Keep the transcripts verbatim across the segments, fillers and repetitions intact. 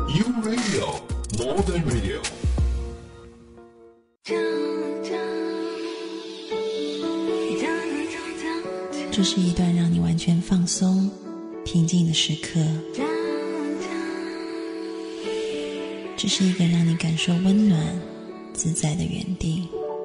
U Radio More Than Radio。 这是一段让你完全放松、平静的时刻。这是一个让你感受温暖、自在的园地。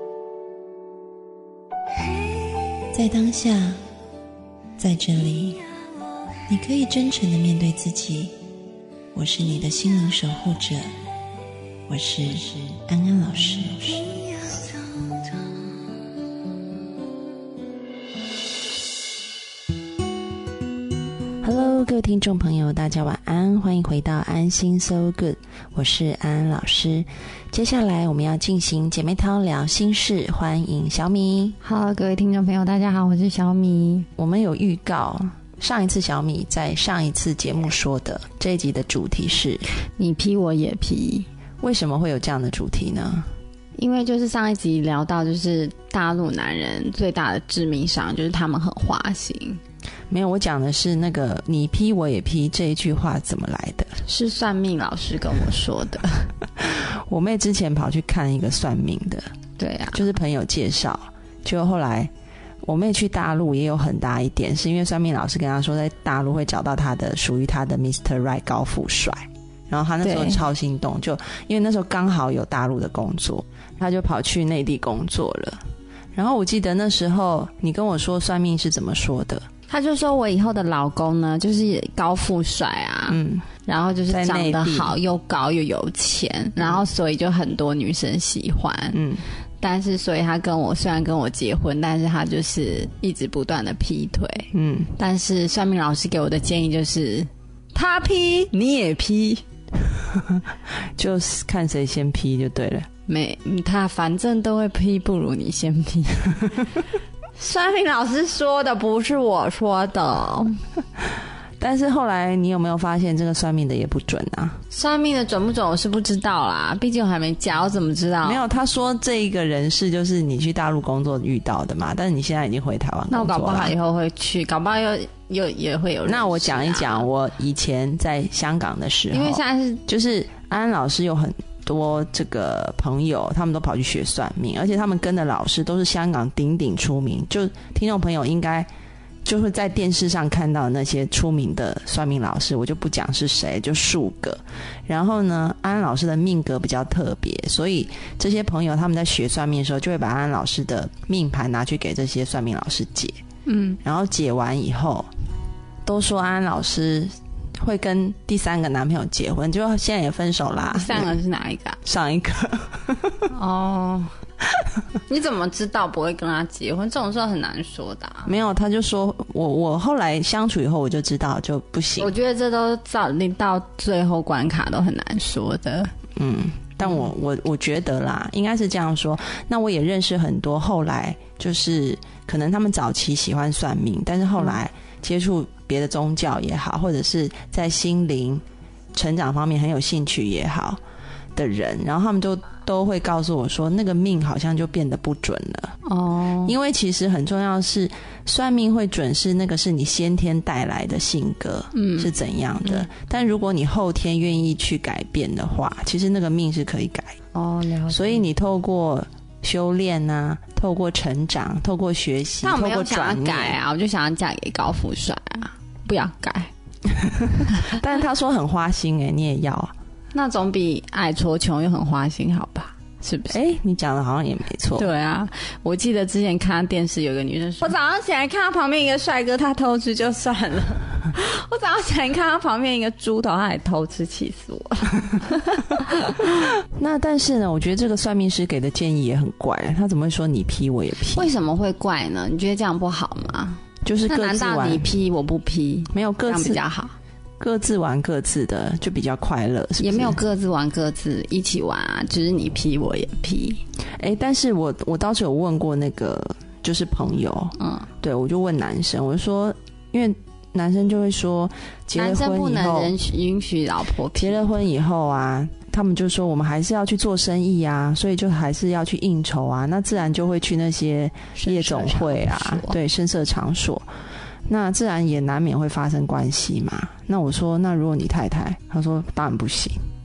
在当下，在这里，你可以真诚地面对自己。我是你的心灵守护者，我是安安老师。Hello， 各位听众朋友，大家晚安，欢迎回到安心 So Good， 我是安安老师。接下来我们要进行姐妹淘聊心事，欢迎小米。 好，各位听众朋友，大家好，我是小米。 我们有预告，上一次小米在上一次节目说的，这一集的主题是你批我也批。 为什么会有这样的主题呢？ 因为就是上一集聊到，就是大陆男人最大的致命伤就是他们很花心。 没有，我讲的是那个你批我也批这一句话怎么来的， 是算命老师跟我说的。 我妹之前跑去看一个算命的， 对啊， 就是朋友介绍，结果后来我妹去大陆也有很大一点是因为算命老师跟她说在大陆会找到她的属于她的 Mister Right 高富帅，然后她那时候超心动，就因为那时候刚好有大陆的工作，她就跑去内地工作了。然后我记得那时候你跟我说算命是怎么说的， 他就说我以后的老公呢就是高富帅啊，嗯，然后就是长得好又高又有钱，然后所以就很多女生喜欢，嗯，但是所以他跟我虽然跟我结婚，但是他就是一直不断的劈腿，嗯，但是算命老师给我的建议就是他劈你也劈， 就是看谁先劈就对了。 没，他反正都会劈，不如你先劈。算命老师说的，不是我说的。 但是后来你有没有发现这个算命的也不准啊？ 算命的准不准我是不知道啦，毕竟我还没嫁，我怎么知道？ 没有，他说这一个人是就是你去大陆工作遇到的嘛，但是你现在已经回台湾工作了。 那我搞不好以后会去，搞不好又又也会有人、啊。 那我讲一讲我以前在香港的时候， 因为现在是就是安安老师有很多这个朋友，他们都跑去学算命，而且他们跟的老师都是香港鼎鼎出名，就听众朋友应该就会在电视上看到那些出名的算命老师，我就不讲是谁，就数个。然后呢，安安老师的命格比较特别，所以这些朋友他们在学算命的时候，就会把安安老师的命盘拿去给这些算命老师解，嗯，然后解完以后，都说安安老师会跟第三个男朋友结婚，就现在也分手啦。 第三个是哪一个、啊？ 上一个。 哦，你怎么知道不会跟他结婚？这种事很难说的、啊。 没有，他就说我我后来相处以后我就知道就不行。 我觉得这都到到最后关卡都很难说的。 嗯，但我我我觉得啦，应该是这样说。那我也认识很多后来就是可能他们早期喜欢算命，但是后来接触别的宗教也好，或者是在心灵成长方面很有兴趣也好的人，然后他们就都会告诉我说那个命好像就变得不准了哦。因为其实很重要的是算命会准是那个是你先天带来的性格、嗯、是怎样的、嗯、但如果你后天愿意去改变的话，其实那个命是可以改哦。了解。 所以你透过修炼啊，透过成长，透过学习， 但我没有想要改啊，我就想要嫁给高富帅啊，不要改。 但是他说很花心哎、欸，你也要啊？ 那总比爱戳穷又很花心好吧？是不是？ 哎、欸，你讲的好像也没错。 对啊，我记得之前看电视有个女生说，我早上起来看他旁边一个帅哥，他偷吃就算了。我早上起来看他旁边一个猪头，他还偷吃，气死我了。 那但是呢，我觉得这个算命师给的建议也很怪，他怎么会说你批我也批？ 为什么会怪呢？你觉得这样不好吗？ 就是各自玩， 那难道你批我不批？ 没有各自这样比较好。 各自玩各自的就比较快乐，是不是？ 也没有各自玩各自，一起玩啊，就是你批我也批。 哎，但是我我倒是有问过那个就是朋友，嗯，对，我就问男生，我就说，因为男生就会说，结了婚以后，男生不能允许老婆批。 结了婚以后啊，他们就说我们还是要去做生意啊，所以就还是要去应酬啊，那自然就会去那些夜总会啊，对，声色场所。那自然也难免会发生关系嘛。那我说，那如果你太太，他说当然不行。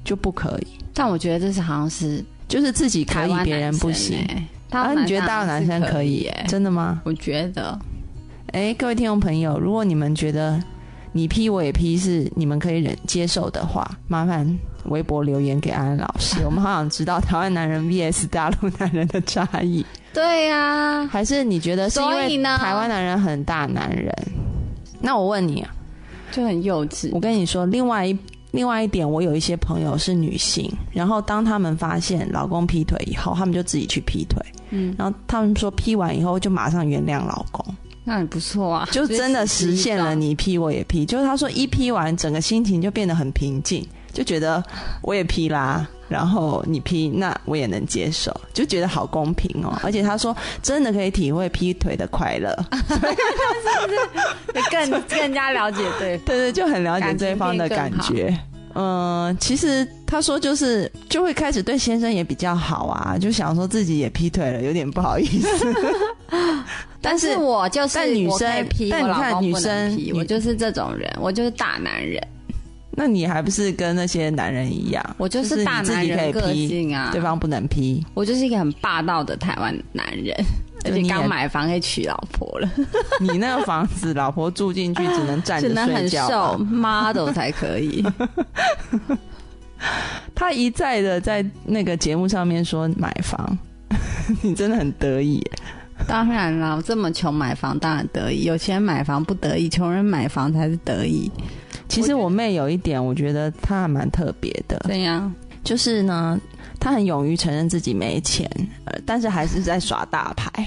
就不可以。 但我觉得这是好像是就是自己可以，别人不行。啊，你觉得大陆男生可以？真的吗？ 我觉得。 哎，各位听众朋友，如果你们觉得你批我也批是你们可以忍接受的话，麻烦微博留言给安安老师，我们好想知道台湾男人 V S 大陆男人的差异。 对呀、啊， 还是你觉得是因为台湾男人很大男人？那我问你啊， 就很幼稚。 我跟你说，另外一另外一点，我有一些朋友是女性，然后当他们发现老公劈腿以后，他们就自己去劈腿，嗯，然后他们说劈完以后就马上原谅老公。 那很不错啊， 就真的实现了你劈我也劈，就是他说一劈完整个心情就变得很平静，就觉得我也劈啦，然后你劈那我也能接受，就觉得好公平哦。而且他说真的可以体会劈腿的快乐，是不是更更加了解对方？ 对对，就很了解对方的感觉。嗯、呃，其实他说就是就会开始对先生也比较好啊，就想说自己也劈腿了，有点不好意思。 但是我就是但女生，但你看女生， 我就是这种人，我就是大男人。 那你还不是跟那些男人一样？ 我就是大男人个性啊， 对方不能劈。 我就是一个很霸道的台湾男人，而且刚买房可以娶老婆了。 你那个房子，老婆住进去只能站着睡觉， 只能很瘦 model 才可以。 他一再的在那个节目上面说买房，你真的很得意耶。 当然啦，我这么穷买房当然得意，有钱人买房不得意，穷人买房才是得意。 其实我妹有一点我觉得她还蛮特别的。 怎样？ 就是呢她很勇于承认自己没钱，呃、但是还是在耍大牌。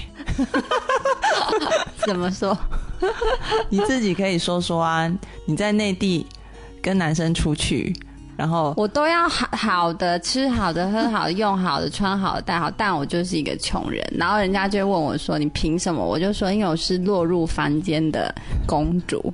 怎么说？ 你自己可以说说啊，你在内地跟男生出去，然后我都要好好的吃好的喝好的用好的穿好的戴好，但我就是一个穷人，然后人家就会问我说你凭什么？我就说因为我是落入凡间的公主。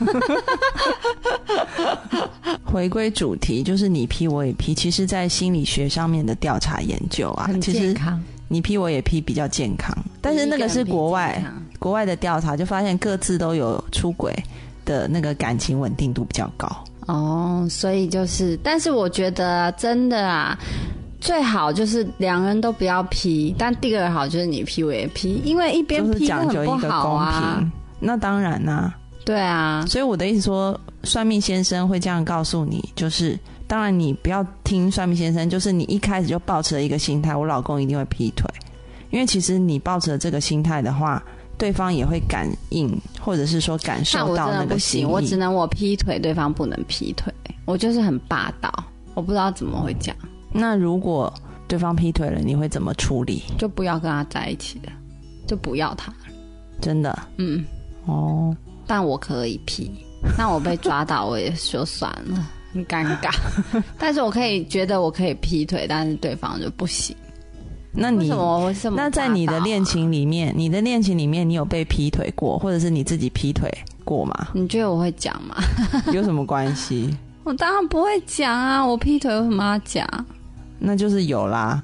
回归主题，就是你批我也批，其实在心理学上面的调查研究啊， 很健康， 其实你批我也批比较健康，但是那个是国外国外的调查，就发现各自都有出轨的那个感情稳定度比较高。 哦，所以就是，但是我觉得真的啊，最好就是两人都不要批，但第二好就是你批我也批，因为一边批就很不好啊。 就是、那当然啦、啊， 对啊， 所以我的意思说，算命先生会这样告诉你，就是当然你不要听算命先生，就是你一开始就抱持了一个心态，我老公一定会劈腿，因为其实你抱持了这个心态的话，对方也会感应，或者是说感受到那个心意。 我只能我劈腿，对方不能劈腿，我就是很霸道，我不知道怎么会讲。 那如果对方劈腿了，你会怎么处理？ 就不要跟他在一起了，就不要他了。 真的？ 嗯， 哦， 但我可以劈，那我被抓到我也说算了，很尴尬。但是我可以觉得我可以劈腿，但是对方就不行。 那你为什么我会这么、啊、 那在你的恋情里面，你的恋情里面，你有被劈腿过，或者是你自己劈腿过吗？ 你觉得我会讲吗？ 有什么关系？ 我当然不会讲啊！我劈腿为什么要讲？ 那就是有啦。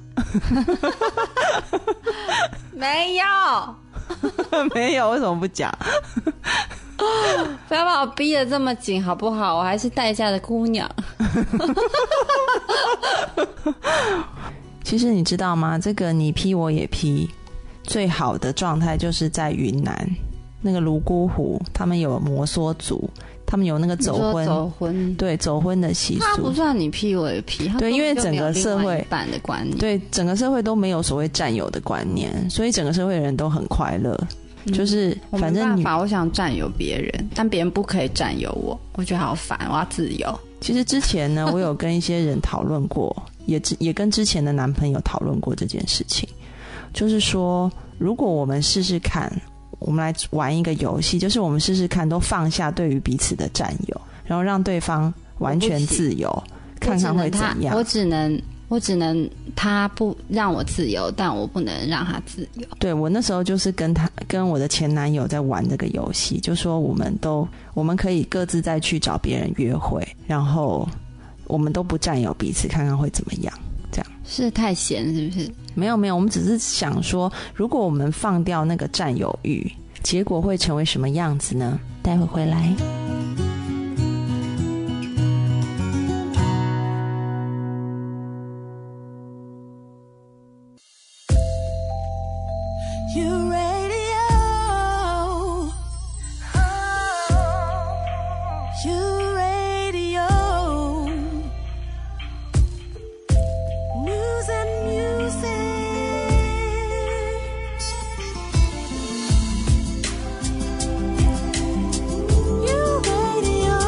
没有， 没有，为什么不讲？ 不要把我逼得这么紧好不好？我还是待嫁的姑娘。 其实你知道吗？这个你劈我也劈，最好的状态就是在云南那个泸沽湖，他们有摩梭族，他们有那个走婚， 走婚对走婚的习俗。 他不算你劈我也劈， 对，因为整个社会版的观念， 对整个社会都没有所谓占有的观念，所以整个社会的人都很快乐。嗯、就是反正你，我没办法，我想占有别人，但别人不可以占有我，我觉得好烦，我要自由。 其实之前呢，我有跟一些人讨论过，也也跟之前的男朋友讨论过这件事情，就是说，如果我们试试看，我们来玩一个游戏，就是我们试试看，都放下对于彼此的占有，然后让对方完全自由，看看会怎样。 我只能。我只能他不让我自由，但我不能让他自由。 对，我那时候就是跟他跟我的前男友在玩这个游戏，就说我们都我们可以各自再去找别人约会，然后我们都不占有彼此，看看会怎么样。这样是太闲是不是？ 没有没有，我们只是想说，如果我们放掉那个占有欲，结果会成为什么样子呢？待会回来。 You radio, you radio, news and music. You radio,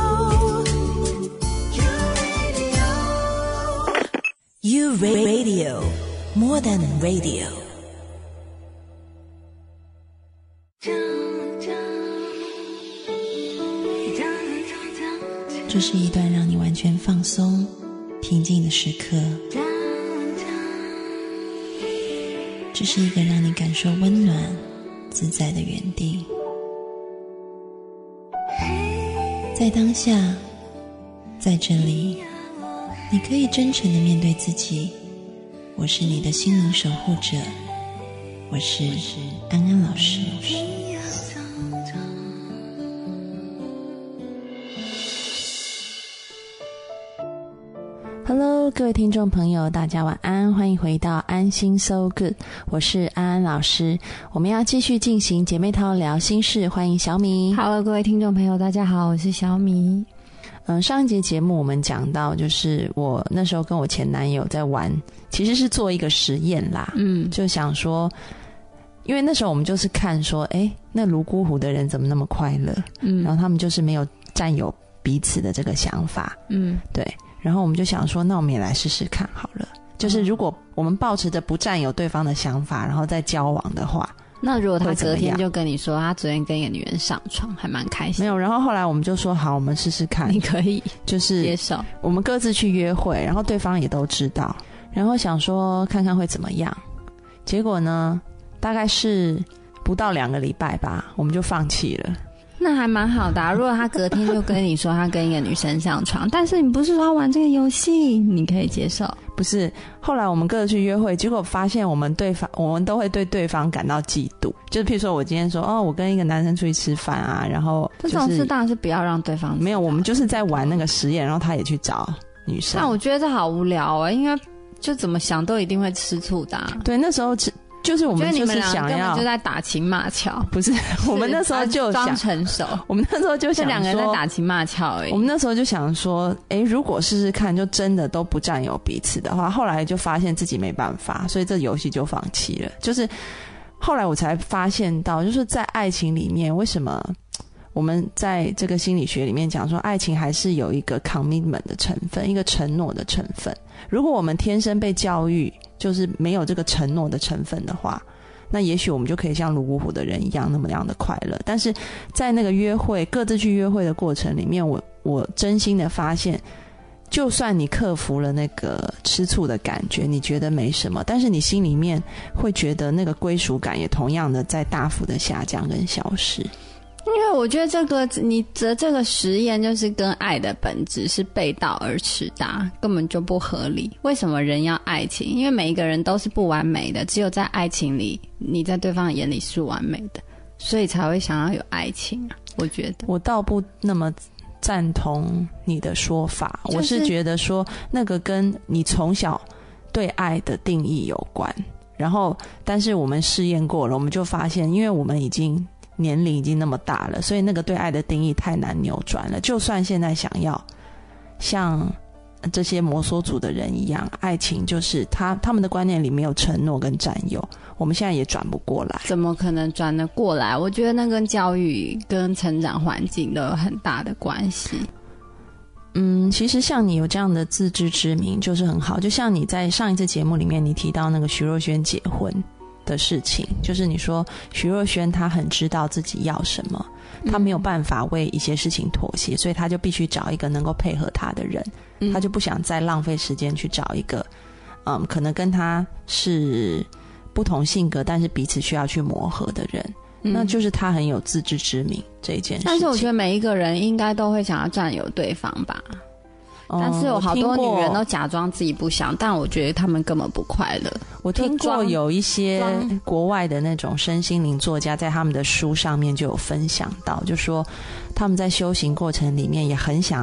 you radio, you radio, more than radio.这是一段让你完全放松、平静的时刻。这是一个让你感受温暖、自在的园地。在当下，在这里，你可以真诚地面对自己。我是你的心灵守护者，我是安安老师。Hello， 各位听众朋友，大家晚安，欢迎回到安心 So Good， 我是安安老师。我们要继续进行姐妹淘聊心事，欢迎小米。 Hello， 各位听众朋友，大家好，我是小米。 嗯，上一节节目我们讲到，就是我那时候跟我前男友在玩，其实是做一个实验啦。嗯，就想说，因为那时候我们就是看说，哎，那泸沽湖的人怎么那么快乐？嗯，然后他们就是没有占有彼此的这个想法。嗯，对。然后我们就想说，那我们也来试试看好了。就是如果我们抱持着不占有对方的想法，然后再交往的话， 那如果他隔天就跟你说他昨天跟一个女人上床，还蛮开心。 没有，然后后来我们就说好，我们试试看。 你可以就是接受， 我们各自去约会，然后对方也都知道，然后想说看看会怎么样。结果呢，大概是不到两个礼拜吧，我们就放弃了。 那还蛮好的啊，如果他隔天就跟你说他跟一个女生上床，但是你不是说要玩这个游戏，你可以接受。 不是，后来我们各自去约会，结果发现我们对方我们都会对对方感到嫉妒。就是譬如说我今天说哦，我跟一个男生出去吃饭啊，然后、就是、 这种事当然是不要让对方知道。 没有，我们就是在玩那个实验，然后他也去找女生。 但我觉得这好无聊啊，因为就怎么想都一定会吃醋的啊。 对，那时候就是我们就是想要， 根本就在打情骂俏。 不是，我们那时候就想装成熟。 我们那时候就想说， 两个人在打情骂俏而已。 我们那时候就想说，哎，如果试试看，就真的都不占有彼此的话，后来就发现自己没办法，所以这游戏就放弃了。就是后来我才发现到，就是在爱情里面，为什么我们在这个心理学里面讲说，爱情还是有一个 commitment 的成分，一个承诺的成分。如果我们天生被教育就是没有这个承诺的成分的话，那也许我们就可以像泸沽湖的人一样那么样的快乐。但是在那个约会各自去约会的过程里面，我我真心的发现，就算你克服了那个吃醋的感觉，你觉得没什么，但是你心里面会觉得那个归属感也同样的在大幅的下降跟消失。 因为我觉得这个你的这个实验就是跟爱的本质是背道而驰的，根本就不合理。为什么人要爱情？因为每一个人都是不完美的，只有在爱情里，你在对方的眼里是完美的，所以才会想要有爱情啊。我觉得我倒不那么赞同你的说法，就是、我是觉得说那个跟你从小对爱的定义有关。然后，但是我们试验过了，我们就发现，因为我们已经年龄已经那么大了，所以那个对爱的定义太难扭转了。就算现在想要像这些摩梭族的人一样，爱情就是他他们的观念里没有承诺跟占有，我们现在也转不过来。 怎么可能转得过来？我觉得那跟教育跟成长环境都有很大的关系。 嗯，其实像你有这样的自知之明就是很好。就像你在上一次节目里面你提到那个徐若瑄结婚的事情，就是你说徐若瑄她很知道自己要什么，她没有办法为一些事情妥协，所以她就必须找一个能够配合她的人，她就不想再浪费时间去找一个嗯，可能跟她是不同性格但是彼此需要去磨合的人。嗯、那就是他很有自知之明这一件事情。 但是我觉得每一个人应该都会想要占有对方吧、嗯、但是有好多女人都假装自己不想，但我觉得他们根本不快乐。 我听过有一些国外的那种身心灵作家在他们的书上面就有分享到，就说他们在修行过程里面也很想达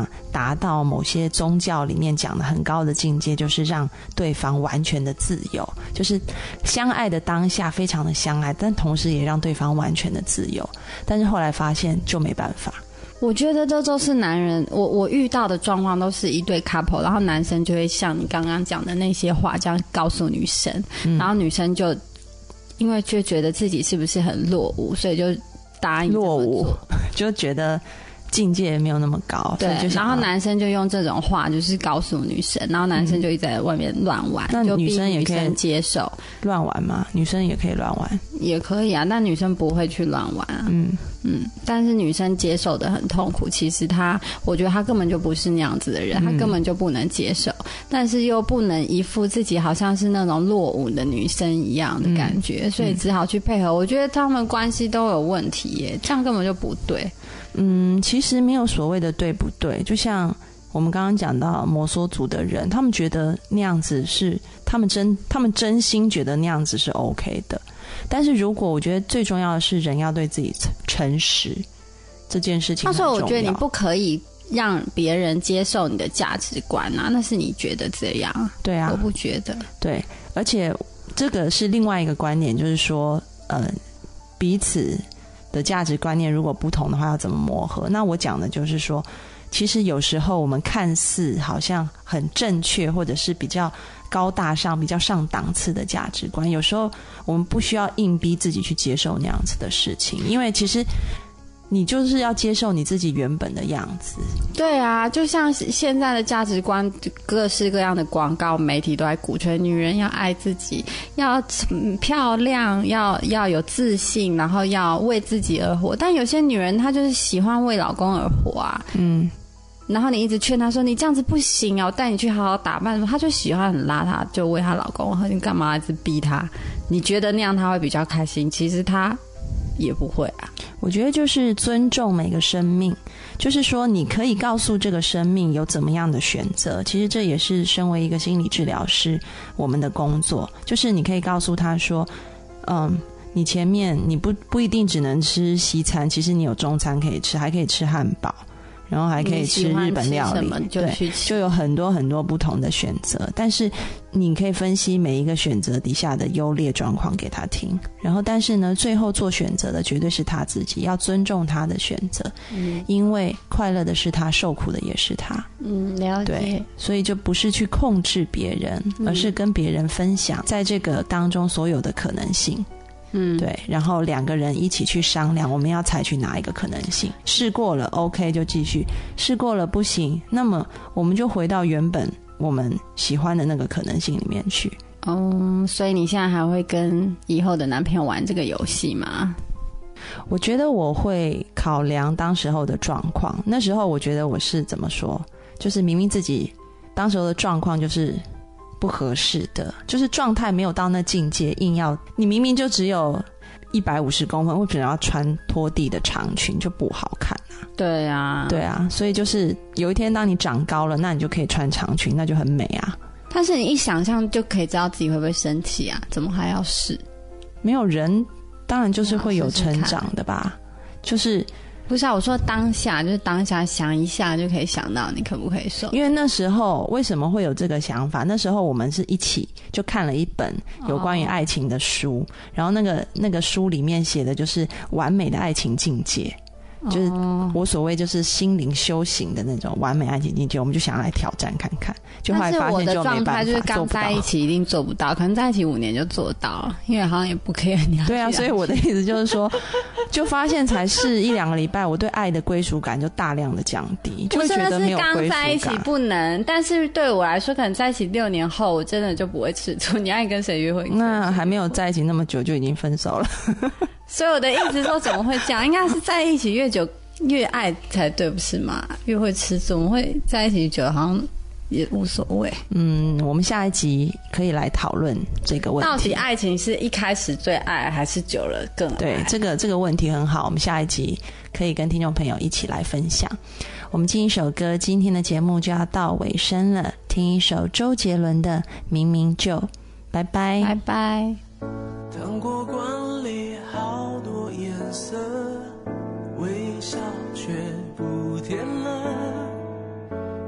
达到某些宗教里面讲的很高的境界，就是让对方完全的自由，就是相爱的当下非常的相爱，但同时也让对方完全的自由。但是后来发现就没办法。 我觉得这都是男人，我我遇到的状况都是一对 couple， 然后男生就会像你刚刚讲的那些话这样告诉女生，嗯、然后女生就因为就觉得自己是不是很落伍，所以就答应落伍，就觉得境界没有那么高， 对， 就然后男生就用这种话就是告诉女生，然后男生就一直在外面乱玩， 那就女生也可以接受乱玩吗？女生也可以乱玩， 也可以啊，但女生不会去乱玩啊。嗯嗯，但是女生接受的很痛苦，其实她，我觉得她根本就不是那样子的人，她根本就不能接受，嗯、但是又不能一副自己好像是那种落伍的女生一样的感觉，嗯、所以只好去配合。我觉得他们关系都有问题耶，这样根本就不对。 嗯，其实没有所谓的对不对，就像我们刚刚讲到摩梭族的人，他们觉得那样子是他们真，他们真心觉得那样子是 OK 的。但是如果我觉得最重要的是人要对自己诚实，这件事情很重要。 他说：“我觉得你不可以让别人接受你的价值观啊，那是你觉得这样。 对啊， 我不觉得。 对，而且这个是另外一个观点，就是说，呃，彼此的价值观念如果不同的话，要怎么磨合？那我讲的就是说，其实有时候我们看似好像很正确，或者是比较高大上、比较上档次的价值观，有时候我们不需要硬逼自己去接受那样子的事情，因为其实你就是要接受你自己原本的样子。 对啊，就像现在的价值观，各式各样的广告媒体都在鼓吹女人要爱自己，要漂亮，要要有自信，然后要为自己而活。但有些女人她就是喜欢为老公而活啊，嗯。然后你一直劝她说你这样子不行啊，我带你去好好打扮，她就喜欢很邋遢，就为她老公，你干嘛一直逼她？你觉得那样她会比较开心？其实她也不会啊。 我觉得就是尊重每个生命，就是说你可以告诉这个生命有怎么样的选择，其实这也是身为一个心理治疗师我们的工作，就是你可以告诉他说，嗯，你前面你不不一定只能吃西餐，其实你有中餐可以吃，还可以吃汉堡，然后还可以吃日本料理，对，就有很多很多不同的选择。但是你可以分析每一个选择底下的优劣状况给他听，然后但是呢，最后做选择的绝对是他自己，要尊重他的选择，嗯，因为快乐的是他，受苦的也是他。 嗯，了解。 对，所以就不是去控制别人，而是跟别人分享在这个当中所有的可能性。嗯，对，然后两个人一起去商量，我们要采取哪一个可能性？试过了 OK 就继续，试过了不行，那么我们就回到原本我们喜欢的那个可能性里面去。 哦，所以你现在还会跟以后的男朋友玩这个游戏吗？ 我觉得我会考量当时候的状况，那时候我觉得我是怎么说，就是明明自己当时候的状况就是不合适的，就是状态没有到那境界，硬要你明明就只有一百五十公分，为什么要穿拖地的长裙，就不好看啊？ 对啊， 对啊，所以就是有一天当你长高了，那你就可以穿长裙，那就很美啊。 但是你一想象就可以知道自己会不会生气啊？怎么还要试？ 没有人，当然就是会有成长的吧，就是不是啊，我说当下就是当下想一下就可以想到你可不可以瘦。 因为那时候为什么会有这个想法，那时候我们是一起就看了一本有关于爱情的书，哦，然后那个那个书里面写的就是完美的爱情境界，就是我所谓就是心灵修行的那种完美爱情境界，我们就想要来挑战看看，就后来发现就没办法做不到。但是我的状态就是刚在一起一定做不到，可能在一起五年就做到了，因为好像也不 care 你。 对啊，所以我的意思就是说，就发现才是一两个礼拜，我对爱的归属感就大量的降低，就会觉得没有归属感。 不是，那是刚在一起不能，但是对我来说，可能在一起六年后，我真的就不会吃醋。你爱跟谁约会？ 那还没有在一起那么久就已经分手了。 所以我的意思说，怎么会这样？应该是在一起越久越爱才对，不是吗？越会吃醋，我们会在一起久，好像也无所谓。 嗯，我们下一集可以来讨论这个问题。 到底爱情是一开始最爱，还是久了更爱？ 对，这个这个问题很好，我们下一集可以跟听众朋友一起来分享。我们进一首歌，今天的节目就要到尾声了，听一首周杰伦的《明明就》，拜拜， 拜拜。 糖果罐里好多颜色，微笑却不甜了，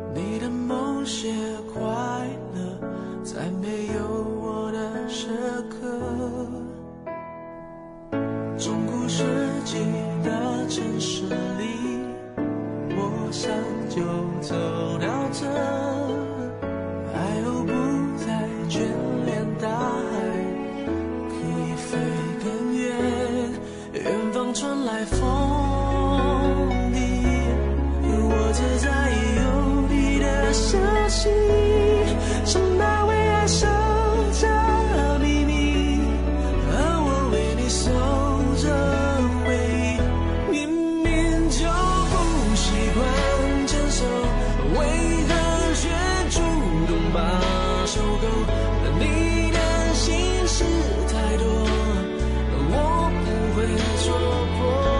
就走到这，爱又不再眷恋大海，可以飞更远，远方传来风笛，我只在意有你的消息，像那为爱守着秘密，而我为你守着回忆，明明就不习惯牵手，为何却主动把手勾？你的心事太多，我不会戳破。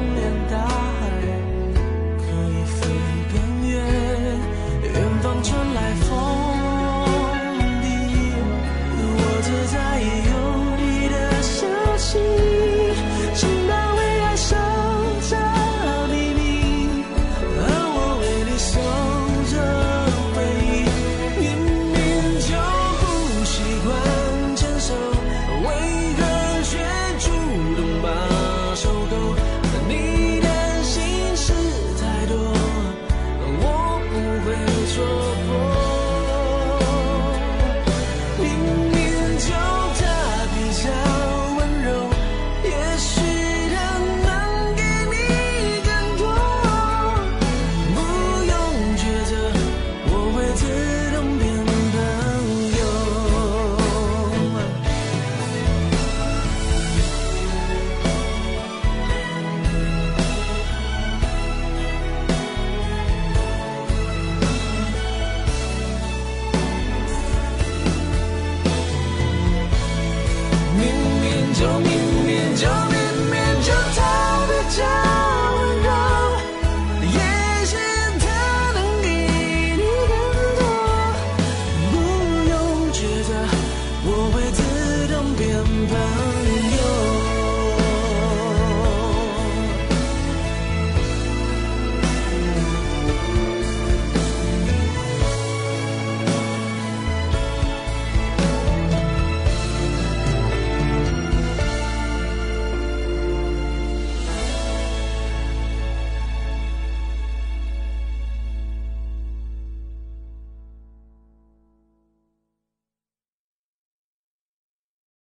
传